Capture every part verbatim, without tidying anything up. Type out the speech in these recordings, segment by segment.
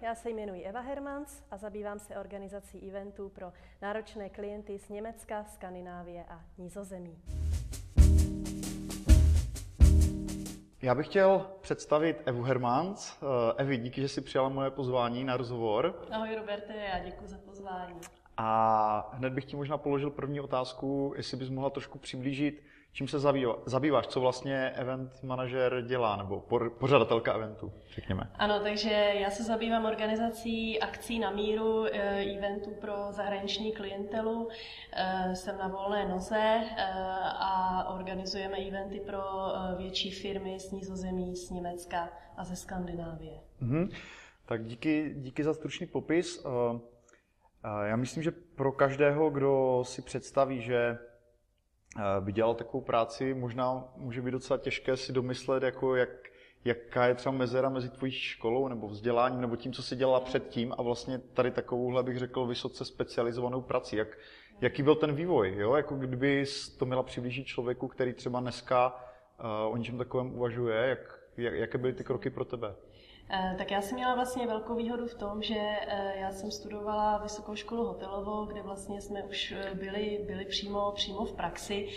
já se jmenuji Eva Hermans a zabývám se organizací eventů pro náročné klienty z Německa, Skandinávie a Nizozemí. Já bych chtěl představit Evu Hermans. Evi, díky, že jsi přijala moje pozvání na rozhovor. Ahoj Roberte, já děkuji za pozvání. A hned bych ti možná položil první otázku, jestli bys mohla trošku přiblížit, čím se zabýváš, co vlastně event manažer dělá, nebo pořadatelka eventu, řekněme. Ano, takže já se zabývám organizací akcí na míru, eventů pro zahraniční klientelu. Jsem na volné noze a organizujeme eventy pro větší firmy z Nizozemí, z Německa a ze Skandinávie. Mhm. Tak díky, díky za stručný popis. Já myslím, že pro každého, kdo si představí, že by dělal takovou práci, možná může být docela těžké si domyslet, jako jak, jaká je třeba mezera mezi tvojí školou nebo vzděláním nebo tím, co jsi dělala předtím a vlastně tady takovouhle, bych řekl, vysoce specializovanou prací. Jak, jaký byl ten vývoj? Jo? Jako kdyby to měla přiblížit člověku, který třeba dneska uh, o něčem takovém uvažuje, jak, jak, jaké byly ty kroky pro tebe? Tak já jsem měla vlastně velkou výhodu v tom, že já jsem studovala vysokou školu hotelovou, kde vlastně jsme už byli, byli přímo, přímo v praxi.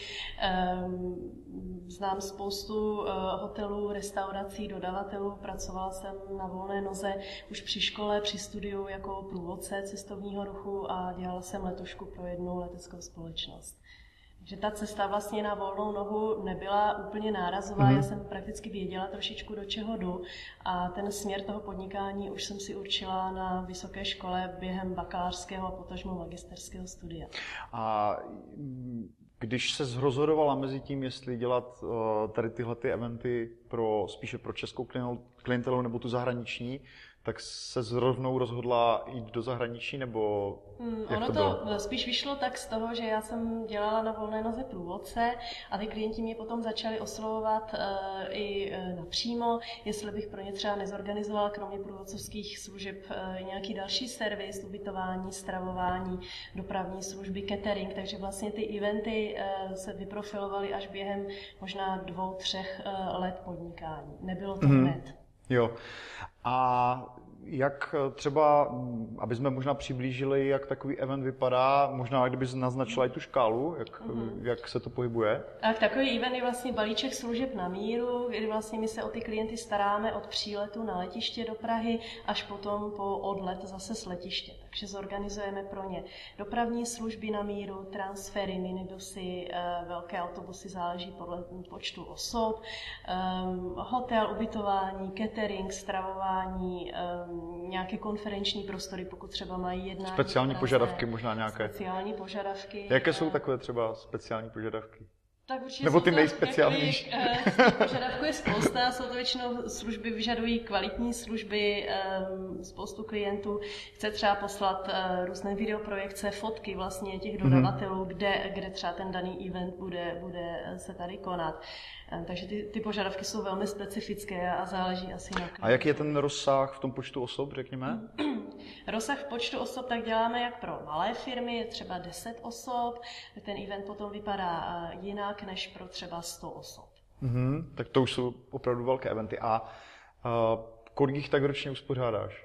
Znám spoustu hotelů, restaurací, dodavatelů, pracovala jsem na volné noze už při škole, při studiu jako průvodce cestovního ruchu a dělala jsem letušku pro jednu leteckou společnost. Že ta cesta vlastně na volnou nohu nebyla úplně nárazová, mm. já jsem prakticky věděla trošičku, do čeho jdu a ten směr toho podnikání už jsem si určila na vysoké škole během bakalářského a potažmo magisterského studia. A když se rozhodovala mezi tím, jestli dělat tady tyhle ty eventy pro, spíše pro českou klientelu nebo tu zahraniční, tak se zrovnou rozhodla jít do zahraničí, nebo hmm, jak ono to bylo? to spíš vyšlo tak z toho, že já jsem dělala na volné noze průvodce a ty klienti mě potom začali oslovovat uh, i uh, napřímo, jestli bych pro ně třeba nezorganizovala kromě průvodcovských služeb uh, nějaký další servis, ubytování, stravování, dopravní služby, catering, takže vlastně ty eventy uh, se vyprofilovaly až během možná dvou, třech uh, let podnikání. Nebylo to mm-hmm. hned. Jo. A jak třeba, aby jsme možná přiblížili, jak takový event vypadá, možná kdyby naznačila i tu škálu, jak, mm-hmm. jak se to pohybuje? Tak takový event je vlastně balíček služeb na míru, kdy vlastně my se o ty klienty staráme od příletu na letiště do Prahy až potom po odlet zase z letiště. Takže zorganizujeme pro ně dopravní služby na míru, transfery, minibusy, velké autobusy, záleží podle počtu osob, hotel, ubytování, catering, stravování, nějaké konferenční prostory, pokud třeba mají jednání. Speciální požadavky možná nějaké. Speciální požadavky. Jaké jsou takové třeba speciální požadavky? Tak určitě nebo ty to, nejspeciálnější. Požadavků je spousta, jsou to většinou služby, vyžadují kvalitní služby, spoustu klientů chce třeba poslat různé videoprojekce, fotky vlastně těch dodavatelů, mm-hmm. kde, kde třeba ten daný event bude, bude se tady konat. Takže ty, ty požadavky jsou velmi specifické a záleží asi na klientu. A jaký je ten rozsah v tom počtu osob, řekněme? Rozsah v počtu osob tak děláme jak pro malé firmy, třeba deset osob, ten event potom vypadá jinak než pro třeba sto osob. Mm-hmm, tak to už jsou opravdu velké eventy. A uh, kolik jich tak ročně uspořádáš?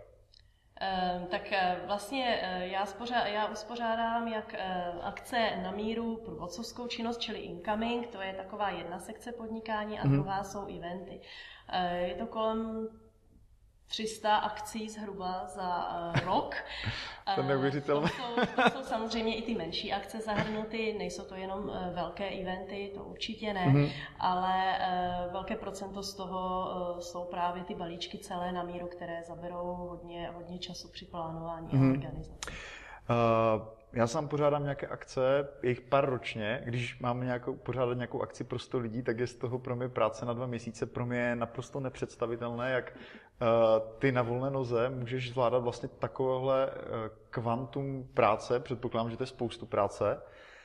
Uh, tak uh, vlastně uh, já, spořá, já uspořádám jak uh, akce na míru průvodcovskou činnost, čili incoming, to je taková jedna sekce podnikání a mm-hmm. druhá jsou eventy. Uh, je to kolem tři sta akcí zhruba za uh, rok. To je neuvěřitelné. To jsou, to jsou samozřejmě i ty menší akce zahrnuty, nejsou to jenom uh, velké eventy, to určitě ne, mm-hmm. ale uh, velké procento z toho uh, jsou právě ty balíčky celé na míru, které zaberou hodně, hodně času při plánování mm-hmm. a organizaci. Uh... Já sám pořádám nějaké akce, je jich pár ročně. Když mám nějakou, pořádat nějakou akci pro sto lidí, tak je z toho pro mě práce na dva měsíce. Pro mě je naprosto nepředstavitelné, jak uh, ty na volné noze můžeš zvládat vlastně takovéhle uh, kvantum práce. Předpokládám, že to je spoustu práce.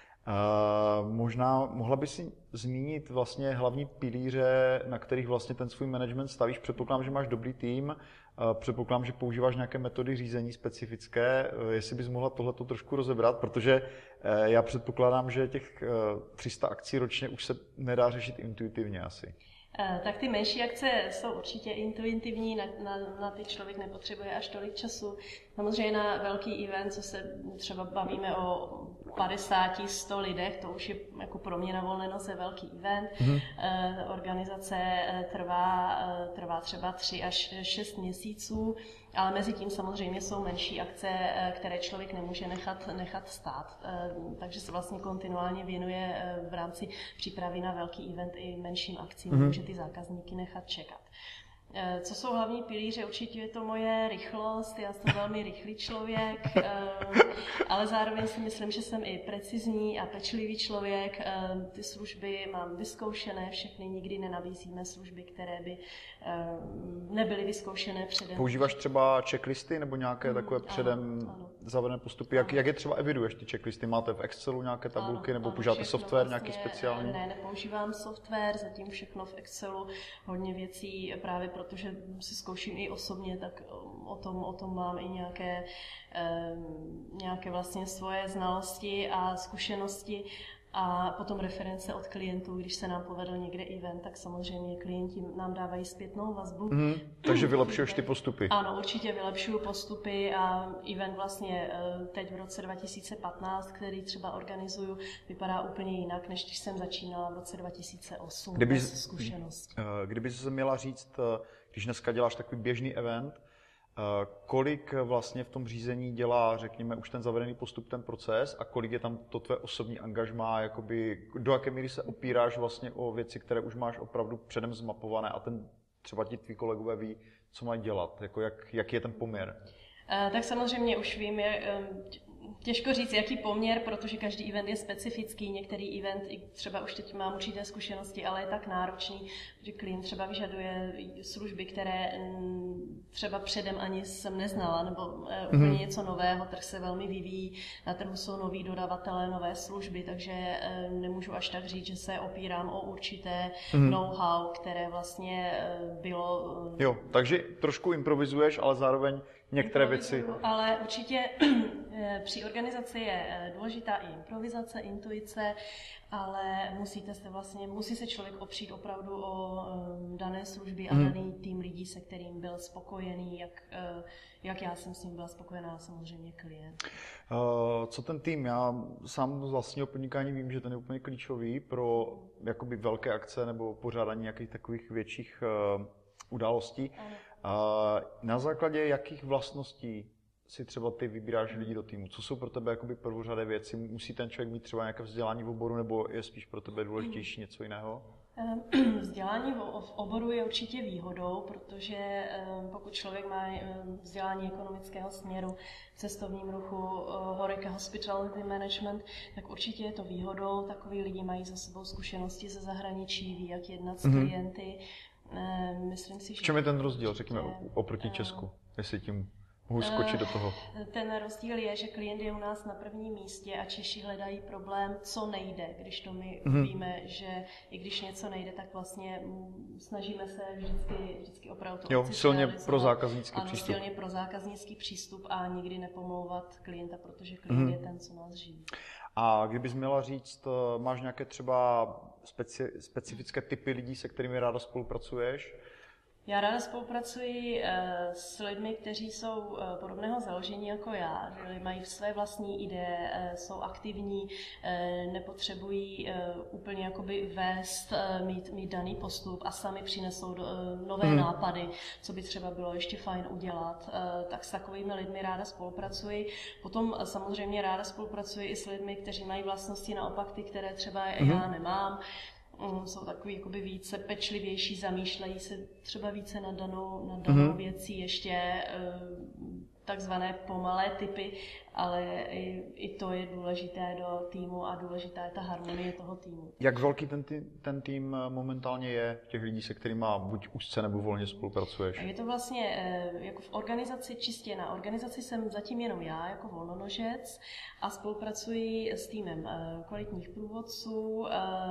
Uh, možná mohla by si zmínit vlastně hlavní pilíře, na kterých vlastně ten svůj management stavíš. Předpokládám, že máš dobrý tým. Předpokládám, že používáš nějaké metody řízení specifické, jestli bys mohla tohleto trošku rozebrat, protože já předpokládám, že těch tři sta akcí ročně už se nedá řešit intuitivně asi. Tak ty menší akce jsou určitě intuitivní, na, na, na ty člověk nepotřebuje až tolik času. Samozřejmě na velký event, co se třeba bavíme o padesát sto lidech, to už je jako pro mě na volné noze velký event. Mm-hmm. Organizace trvá, trvá třeba tři až šest měsíců, ale mezi tím samozřejmě jsou menší akce, které člověk nemůže nechat, nechat stát. Takže se vlastně kontinuálně věnuje v rámci přípravy na velký event i menším akcím, mm-hmm. může ty zákazníky nechat čekat. Co jsou hlavní pilíře? Určitě je to moje rychlost, já jsem velmi rychlý člověk, ale zároveň si myslím, že jsem i precizní a pečlivý člověk. Ty služby mám vyzkoušené, všechny, nikdy nenabízíme služby, které by nebyly vyzkoušené předem. Používáš třeba checklisty nebo nějaké takové předem ano, ano. zavedené postupy? Jak, jak je třeba eviduješ ty checklisty? Máte v Excelu nějaké tabulky ano, nebo používáte software vlastně, nějaký speciální? Ne, nepoužívám software, zatím všechno v Excelu, hodně věcí právě protože si zkouším i osobně, tak o tom, o tom mám i nějaké, e, nějaké vlastně svoje znalosti a zkušenosti. A potom reference od klientů, když se nám povedl někde event, tak samozřejmě klienti nám dávají zpětnou vazbu. Mm, takže vylepšuješ ty postupy? Ano, určitě vylepšuju postupy a event vlastně teď v roce dva tisíce patnáct, který třeba organizuju, vypadá úplně jinak, než když jsem začínala v roce dva tisíce osm. Kdyby, zkušenost. Kdyby se měla říct, když dneska děláš takový běžný event, kolik vlastně v tom řízení dělá, řekněme, už ten zavedený postup, ten proces a kolik je tam to tvé osobní angažmá, jakoby, do jaké míry se opíráš vlastně o věci, které už máš opravdu předem zmapované a ten třeba ti tví kolegové ví, co mají dělat, jako jak, jaký je ten poměr? Uh, tak samozřejmě už vím, je, těžko říct, jaký poměr, protože každý event je specifický. Některý event, třeba už teď mám určité zkušenosti, ale je tak náročný, že klient třeba vyžaduje služby, které třeba předem ani jsem neznala, nebo úplně mm-hmm. něco nového. Trh se velmi vyvíjí, na trhu jsou noví dodavatelé, nové služby, takže nemůžu až tak říct, že se opírám o určité mm-hmm. know-how, které vlastně bylo... Jo, takže trošku improvizuješ, ale zároveň některé věci... Ale určitě při organizaci je důležitá i improvizace, intuice, ale musíte se vlastně, musí se člověk opřít opravdu o dané služby a hmm. daný tým lidí, se kterým byl spokojený, jak, jak já jsem s ním byla spokojená, samozřejmě klient. Uh, co ten tým? Já sám z vlastního podnikání vím, že ten je úplně klíčový pro jakoby velké akce nebo pořádání nějakých takových větších uh, událostí. Ano. Uh, na základě jakých vlastností si třeba ty vybíráš lidi do týmu? Co jsou pro tebe jakoby prvořadé věci? Musí ten člověk mít třeba nějaké vzdělání v oboru, nebo je spíš pro tebe důležitější něco jiného? Vzdělání v oboru je určitě výhodou, protože pokud člověk má vzdělání ekonomického směru v cestovním ruchu, Horeca Hospitality Management, tak určitě je to výhodou. Takoví lidi mají za sebou zkušenosti ze zahraničí, ví, jak jednat s klienty. Myslím si, že... V čem je ten rozdíl, řekněme, oproti Česku, jestli tím mohu skočit do toho? Ten rozdíl je, že klient je u nás na prvním místě a Češi hledají problém, co nejde, když to my mm-hmm. víme, že i když něco nejde, tak vlastně snažíme se vždycky, vždycky opravdu to Jo, silně pro zákaznický ano, přístup. silně pro zákaznický přístup a nikdy nepomlouvat klienta, protože klient mm-hmm. je ten, co nás živí. A kdybys měla říct, máš nějaké třeba speci- specifické typy lidí, se kterými ráda spolupracuješ? Já ráda spolupracuji s lidmi, kteří jsou podobného založení jako já, že mají své vlastní ideje, jsou aktivní, nepotřebují úplně jakoby vést, mít, mít daný postup a sami přinesou do, nové hmm. nápady, co by třeba bylo ještě fajn udělat. Tak s takovými lidmi ráda spolupracuji. Potom samozřejmě ráda spolupracuji i s lidmi, kteří mají vlastnosti naopak ty, které třeba hmm. já nemám. Jsou takový jakoby více pečlivější, zamýšlejí se třeba více nad danou, nad danou mm-hmm. věcí, ještě takzvané pomalé typy, ale i, i to je důležité do týmu a důležitá je ta harmonie toho týmu. Jak velký ten, tý, ten tým momentálně je, těch lidí, se kterými buď úzce nebo volně spolupracuješ? Je to vlastně jako v organizaci, čistě na organizaci jsem zatím jenom já jako volnonožec a spolupracuji s týmem kvalitních průvodců,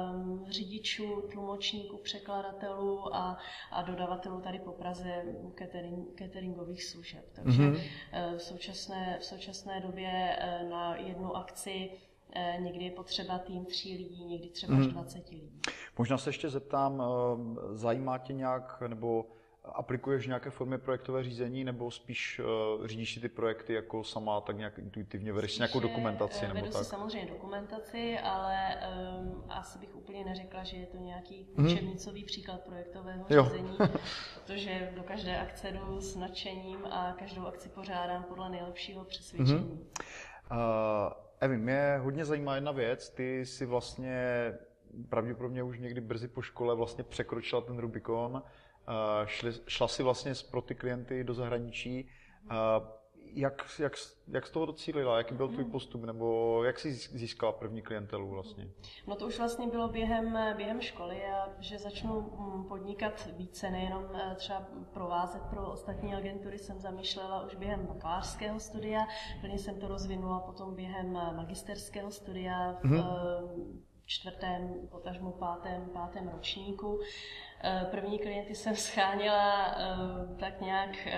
řidičů, tlumočníků, překladatelů a, a dodavatelů tady po Praze catering, cateringových služeb. Takže mm-hmm. v, současné, v současné době na jednu akci někdy je potřeba tým tří lidí, někdy třeba až dvacet lidí. Možná se ještě zeptám, zajímá tě nějak, nebo aplikuješ nějaké formy projektové řízení, nebo spíš uh, řídíš si ty projekty jako sama, tak nějak intuitivně, vedeš si nějakou dokumentaci? Vedu nebo tak? si samozřejmě dokumentaci, ale um, asi bych úplně neřekla, že je to nějaký učebnicový hmm. příklad projektového jo. řízení, protože do každé akce jdu s nadšením a každou akci pořádám podle nejlepšího přesvědčení. Hmm. Uh, Evi, mě hodně zajímá jedna věc, ty si vlastně pravděpodobně už někdy brzy po škole vlastně překročila ten Rubikon. Šli, šla si vlastně pro ty klienty do zahraničí. Jak, jak, jak z toho docílila? Jaký byl tvůj postup? Nebo jak jsi získala první klientelu vlastně? No to už vlastně bylo během, během školy a že začnu podnikat více, nejenom třeba provázet pro ostatní agentury, jsem zamýšlela už během bakalářského studia. Plně jsem to rozvinula potom během magisterského studia v mm-hmm. čtvrtém, potažmo pátém, pátém ročníku. První klienty jsem scháněla tak nějak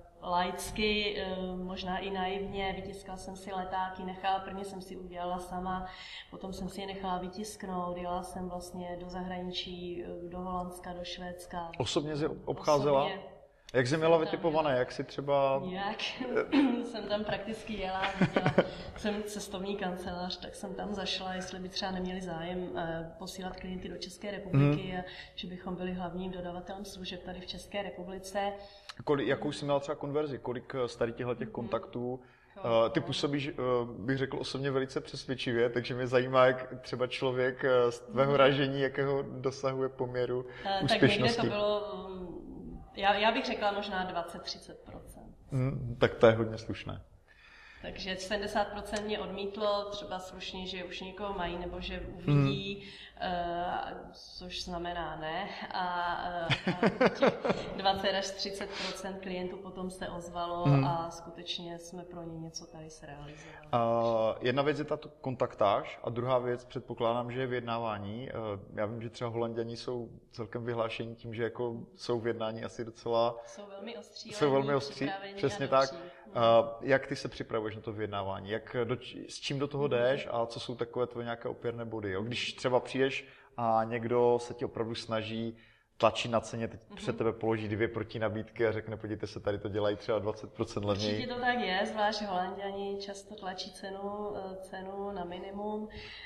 laicky, možná i naivně, vytiskala jsem si letáky, nechala, prvně jsem si udělala sama, potom jsem si je nechala vytisknout, jela jsem vlastně do zahraničí, do Holandska, do Švédska. Osobně jsi obcházela? Osobně. Jak jsi měla vytipované, jak jsi třeba... Jak jsem tam prakticky jela, viděla, jsem cestovní kancelář, tak jsem tam zašla, jestli by třeba neměli zájem posílat klienty do České republiky hmm. a že bychom byli hlavním dodavatelem služeb tady v České republice. Kolik, jakou jsi měla třeba konverzi? Kolik z tady těchto těch kontaktů? Ty působíš, bych řekl, osobně velice přesvědčivě, takže mě zajímá, jak třeba člověk z tvého ražení, jakého dosahuje poměru tak úspěšnosti. Tak někde to bylo... Já, já bych řekla možná dvacet až třicet procent. Hmm, tak to je hodně slušné. Takže sedmdesát procent mě odmítlo, třeba slušně, že už někoho mají, nebo že uvidí, hmm. uh, což znamená ne. A, uh, a těch dvacet až třicet procent klientů potom se ozvalo hmm. a skutečně jsme pro ně něco tady zrealizovali. Uh, jedna věc je tato kontaktáž a druhá věc, předpokládám, že je vyjednávání. Uh, já vím, že třeba Holanďani jsou celkem vyhlášení tím, že jako jsou v jednání asi docela... Jsou velmi ostří. Jsou velmi ostří, přesně tak. Uh, jak ty se připravuješ na to vyjednávání? Jak do, s čím do toho jdeš a co jsou takové tvoje nějaké opěrné body? Jo? Když třeba přijdeš a někdo se ti opravdu snaží tlačí na ceně, teď mm-hmm. před tebe položí dvě protinabídky a řekne, podívejte se, tady to dělají třeba dvacet procent levněji. Určitě to tak je, zvlášť Holanďani často tlačí cenu, cenu na minimum.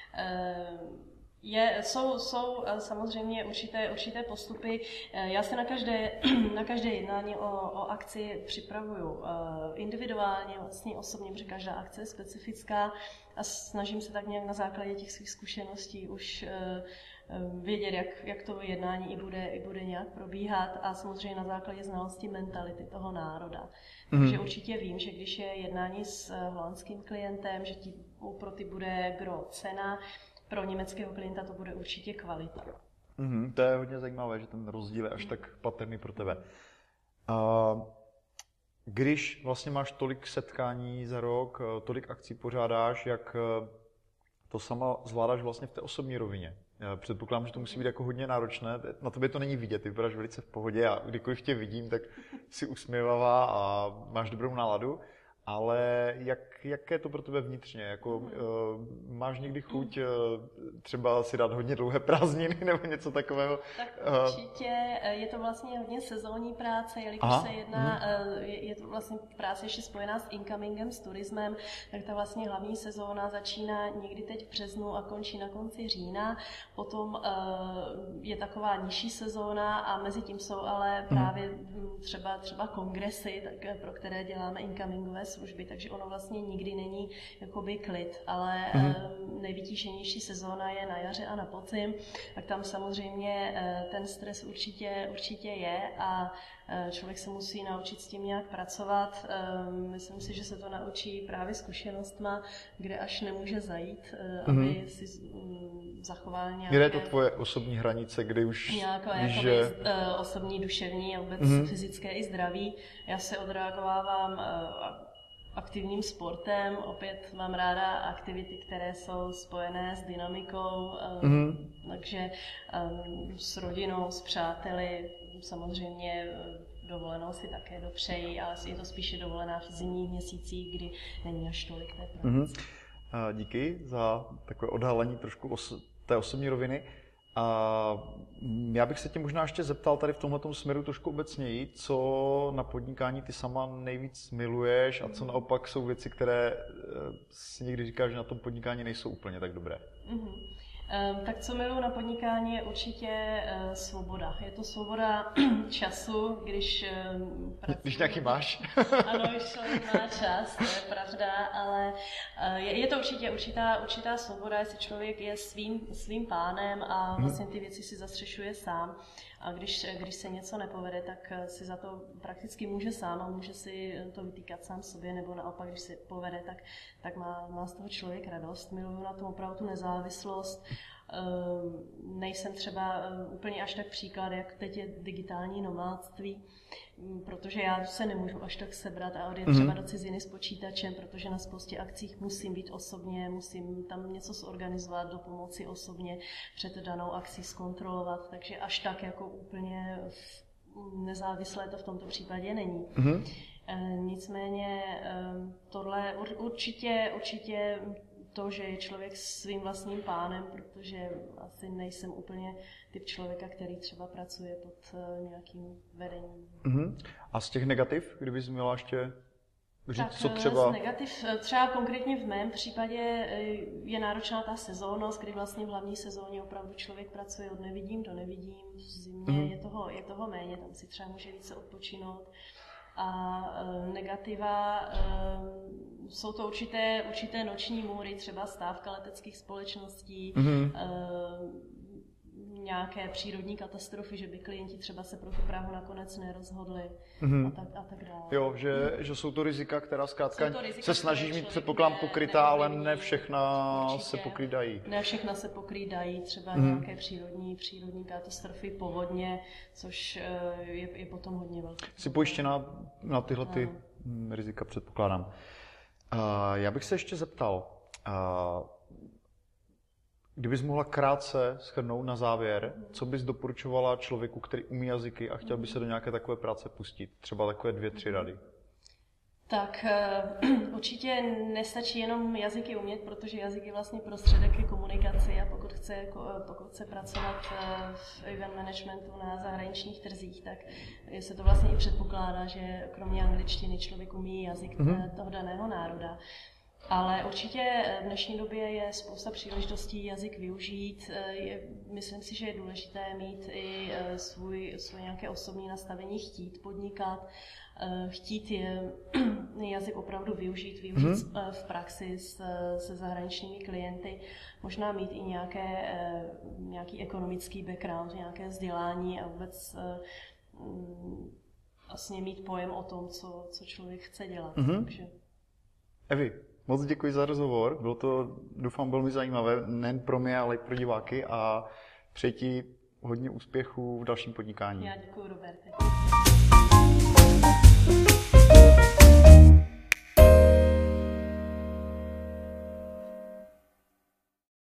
Je, jsou, jsou samozřejmě určité, určité postupy. Já se na každé, na každé jednání o, o akci připravuju individuálně, vlastně osobně, protože každá akce je specifická a snažím se tak nějak na základě těch svých zkušeností už vědět, jak, jak to jednání i bude, i bude nějak probíhat a samozřejmě na základě znalosti mentality toho národa. Mm. Takže určitě vím, že když je jednání s holandským klientem, že ti pro ty bude gro cena, pro německého klienta to bude určitě kvalita. Mm, to je hodně zajímavé, že ten rozdíl je až tak patrný pro tebe. Uh, když vlastně máš tolik setkání za rok, tolik akcí pořádáš, jak to sama zvládáš vlastně v té osobní rovině? Já předpokládám, že to musí být jako hodně náročné. Na tobě to není vidět, ty vypadáš velice v pohodě a kdykoliv tě vidím, tak si usměvavá a máš dobrou náladu. Ale jak, jaké je to pro tebe vnitřně? Jako, uh, máš někdy chuť uh, třeba si dát hodně dlouhé prázdniny nebo něco takového? Tak určitě je to vlastně hodně sezónní práce, jelikož Aha. se jedná, hmm. je, je to vlastně práce ještě spojená s incomingem, s turismem, tak ta vlastně hlavní sezóna začíná někdy teď v březnu a končí na konci října. Potom uh, je taková nižší sezóna a mezi tím jsou ale právě hmm. třeba, třeba kongresy, tak, pro které děláme incomingové služby, takže ono vlastně nikdy není jakoby klid, ale mm-hmm. nejvytíženější sezóna je na jaře a na podzim, tak tam samozřejmě ten stres určitě, určitě je a člověk se musí naučit s tím nějak pracovat. Myslím si, že se to naučí právě zkušenostma, kde až nemůže zajít, aby mm-hmm. si zachoval nějaké... Kde je to tvoje osobní hranice, kdy už nějaké víš, že... osobní, duševní a vůbec mm-hmm. fyzické i zdraví. Já se odreagovávám aktivním sportem, opět mám ráda aktivity, které jsou spojené s dynamikou, mm-hmm. takže um, s rodinou, s přáteli, samozřejmě dovolenou si také dopřeji, ale je to spíše dovolená v zimních měsících, kdy není až tolik té práce. Mm-hmm. díky za takové odhalení trošku os- té osobní roviny. A já bych se tě možná ještě zeptal tady v tomhletom směru trošku obecněji, co na podnikání ty sama nejvíc miluješ a co naopak jsou věci, které si někdy říkáš, že na tom podnikání nejsou úplně tak dobré. Mm-hmm. Tak co miluji na podnikání je určitě svoboda. Je to svoboda času, když pracuji. Když nějaký máš. Ano, když člověk má čas, to je pravda, ale je, je to určitě určitá, určitá svoboda, jestli člověk je svým, svým pánem a vlastně ty věci si zastřešuje sám. A když, když se něco nepovede, tak si za to prakticky může sám a může si to vytýkat sám sobě, nebo naopak, když se povede, tak, tak má, má z toho člověk radost. Miluju na tom opravdu tu nezávislost. Nejsem třeba úplně až tak příklad, jak teď je digitální nomádství, protože já se nemůžu až tak sebrat a odjet třeba do ciziny s počítačem, protože na spoustě akcích musím být osobně, musím tam něco zorganizovat, do pomoci osobně před danou akcí zkontrolovat, takže až tak jako úplně nezávislé to v tomto případě není. Mm-hmm. Nicméně tohle určitě, určitě to, že je člověk svým vlastním pánem, protože asi nejsem úplně typ člověka, který třeba pracuje pod nějakým vedením. Uh-huh. A z těch negativ, kdybys měla ještě říct, tak, co třeba? Z negativ, třeba konkrétně v mém případě je náročná ta sezónnost, kdy vlastně v hlavní sezóně opravdu člověk pracuje od nevidím do nevidím. V zimě uh-huh. je, toho, je toho méně, tam si třeba může více odpočinout. A e, negativa, e, jsou to určité, určité noční můry, třeba stávka leteckých společností, mm-hmm. e, nějaké přírodní katastrofy, že by klienti třeba se pro tu Prahu nakonec nerozhodli mm-hmm. a, tak, a tak dále. Jo, že, mm. že jsou to rizika, která zkrátka se snažíš mít předpokládám pokrytá, ale ne všechna určitě, se pokrýdají. Ne všechna se pokrýdají, třeba mm. nějaké přírodní, přírodní katastrofy, povodně, což je, je potom hodně velké. Jsi pojištěná na tyhle ty rizika, předpokládám. Uh, já bych se ještě zeptal, uh, kdybys mohla krátce shrnout na závěr, co bys doporučovala člověku, který umí jazyky a chtěl by se do nějaké takové práce pustit? Třeba takové dvě, tři rady. Tak uh, určitě nestačí jenom jazyky umět, protože jazyk je vlastně prostředek ke komunikaci a pokud chce, jako, pokud chce pracovat uh, v event managementu na zahraničních trzích, tak se to vlastně i předpokládá, že kromě angličtiny člověk umí jazyk mm-hmm. toho daného národa. Ale určitě v dnešní době je spousta příležitostí jazyk využít. Je, myslím si, že je důležité mít i svůj, svůj nějaké osobní nastavení, chtít podnikat, chtít je, jazyk opravdu využít, využít mm-hmm. v praxi s, se zahraničními klienty, možná mít i nějaké, nějaký ekonomický background, nějaké vzdělání a vůbec vlastně mít pojem o tom, co, co člověk chce dělat. Mm-hmm. Takže... Evi, moc děkuji za rozhovor, bylo to, doufám, velmi zajímavé, nejen pro mě, ale i pro diváky a přeji ti hodně úspěchů v dalším podnikání. Já děkuji, Roberte.